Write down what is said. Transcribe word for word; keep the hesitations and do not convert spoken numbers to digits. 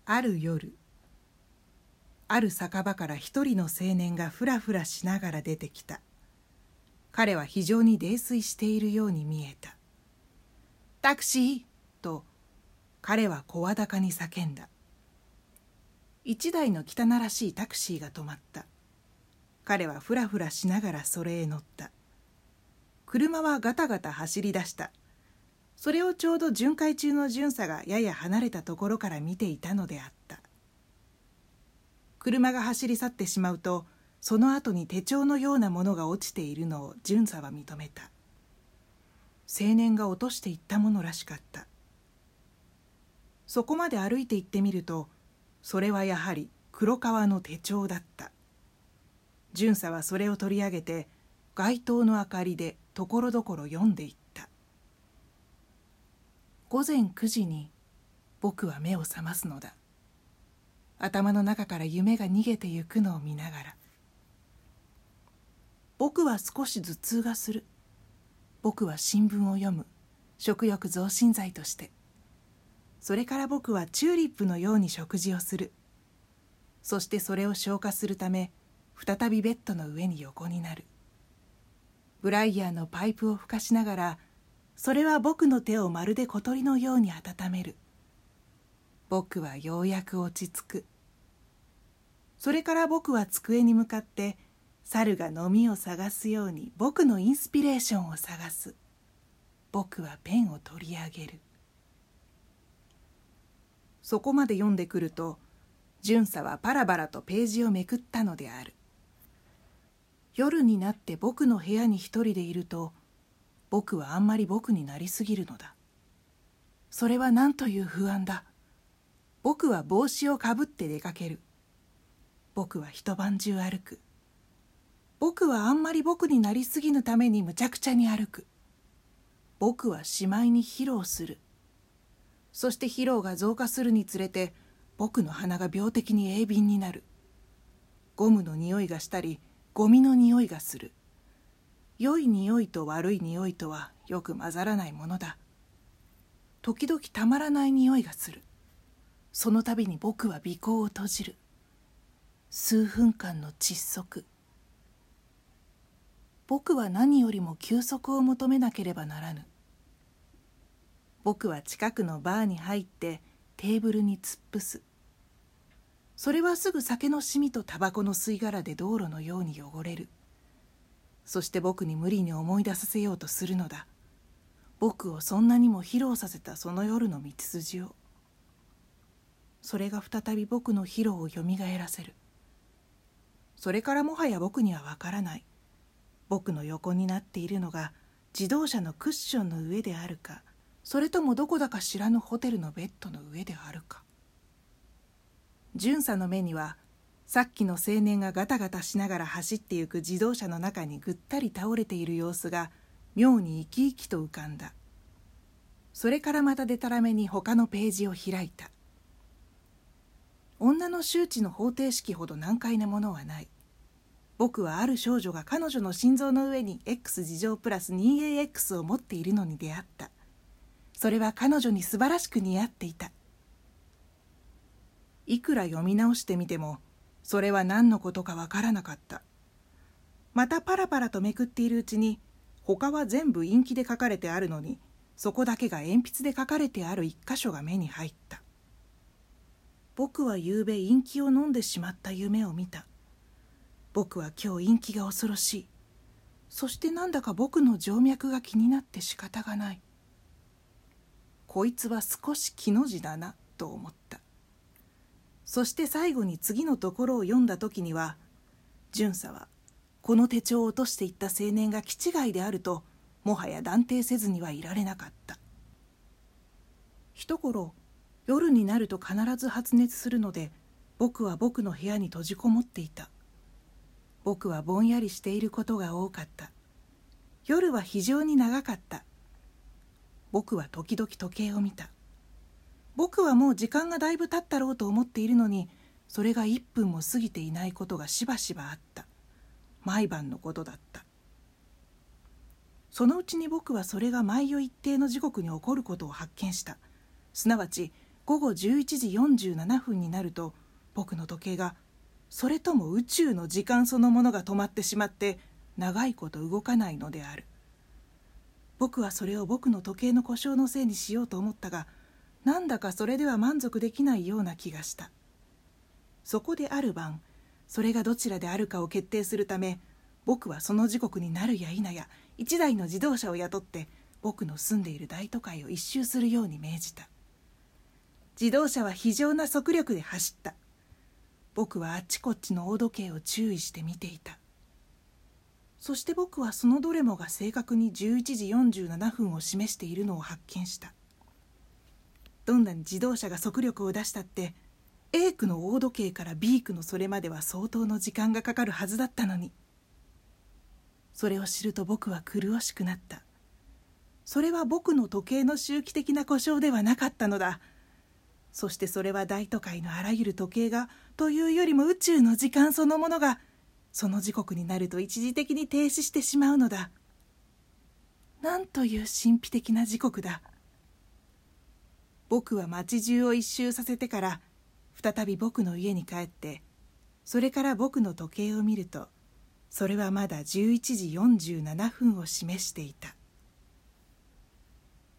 ある夜、ある酒場から一人の青年がふらふらしながら出てきた。彼は非常に泥酔しているように見えた。タクシーと彼は声高に叫んだ。一台の汚らしいタクシーが止まった。彼はふらふらしながらそれへ乗った。車はガタガタ走り出した。それをちょうど巡回中の巡査がやや離れたところから見ていたのであった。車が走り去ってしまうと、その後に手帳のようなものが落ちているのを巡査は認めた。青年が落としていったものらしかった。そこまで歩いて行ってみると、それはやはり黒革の手帳だった。巡査はそれを取り上げて、街灯の明かりでところどころ読んでいった。午前くじに僕は目を覚ますのだ。頭の中から夢が逃げてゆくのを見ながら。僕は少し頭痛がする。僕は新聞を読む。食欲増進剤として。それから僕はチューリップのように食事をする。そしてそれを消化するため、再びベッドの上に横になる。ブライヤーのパイプを吹かしながら、それは僕の手をまるで小鳥のように温める。僕はようやく落ち着く。それから僕は机に向かって、猿が飲みを探すように僕のインスピレーションを探す。僕はペンを取り上げる。そこまで読んでくると、巡査はパラパラとページをめくったのである。夜になって僕の部屋に一人でいると、僕はあんまり僕になりすぎるのだ。それは何という不安だ。僕は帽子をかぶって出かける。僕は一晩中歩く。僕はあんまり僕になりすぎぬためにむちゃくちゃに歩く。僕はしまいに疲労する。そして疲労が増加するにつれて、僕の鼻が病的に鋭敏になる。ゴムの匂いがしたり、ゴミの匂いがする。良い匂いと悪い匂いとはよく混ざらないものだ。時々たまらない匂いがする。その度に僕は鼻孔を閉じる。数分間の窒息。僕は何よりも休息を求めなければならぬ。僕は近くのバーに入ってテーブルに突っ伏す。それはすぐ酒の染みとタバコの吸い殻で道路のように汚れる。そして僕に無理に思い出させようとするのだ。僕をそんなにも疲労させたその夜の道筋を。それが再び僕の疲労をよみがえらせる。それからもはや僕にはわからない。僕の横になっているのが自動車のクッションの上であるか、それともどこだか知らぬホテルのベッドの上であるか。巡査の目には、さっきの青年がガタガタしながら走ってゆく自動車の中にぐったり倒れている様子が妙に生き生きと浮かんだ。それからまたでたらめに他のページを開いた。女の周知の方程式ほど難解なものはない。僕はある少女が彼女の心臓の上に X 次乗プラス にエーエックス を持っているのに出会った。それは彼女に素晴らしく似合っていた。いくら読み直してみても、それは何のことかわからなかった。またパラパラとめくっているうちに、他は全部陰気で書かれてあるのに、そこだけが鉛筆で書かれてある一箇所が目に入った。僕はゆうべ陰気を飲んでしまった夢を見た。僕は今日陰気が恐ろしい。そしてなんだか僕の静脈が気になって仕方がない。こいつは少し気の字だなと思った。そして最後に次のところを読んだ時には、巡査はこの手帳を落としていった青年が気違いであるともはや断定せずにはいられなかった。一頃、夜になると必ず発熱するので、僕は僕の部屋に閉じこもっていた。僕はぼんやりしていることが多かった。夜は非常に長かった。僕は時々時計を見た。僕はもう時間がだいぶ経ったろうと思っているのに、それがいっぷんも過ぎていないことがしばしばあった。毎晩のことだった。そのうちに僕はそれが毎夜一定の時刻に起こることを発見した。すなわち、 ごごじゅういちじよんじゅうななふんになると、僕の時計が、それとも宇宙の時間そのものが止まってしまって長いこと動かないのである。僕はそれを僕の時計の故障のせいにしようと思ったが、なんだかそれでは満足できないような気がした。そこである晩、それがどちらであるかを決定するため、僕はその時刻になるや否や一台の自動車を雇って僕の住んでいる大都会を一周するように命じた。自動車は非常な速力で走った。僕はあっちこっちの大時計を注意して見ていた。そして僕はそのどれもが正確にじゅういちじよんじゅうななふんを示しているのを発見した。どんなに自動車が速力を出したって、A 区の大時計から B 区のそれまでは相当の時間がかかるはずだったのに。それを知ると僕は苦しくなった。それは僕の時計の周期的な故障ではなかったのだ。そしてそれは大都会のあらゆる時計がというよりも宇宙の時間そのものがその時刻になると一時的に停止してしまうのだ。なんという神秘的な時刻だ。僕は街中を一周させてから再び僕の家に帰って、それから僕の時計を見ると、それはまだじゅういちじよんじゅうななふんを示していた。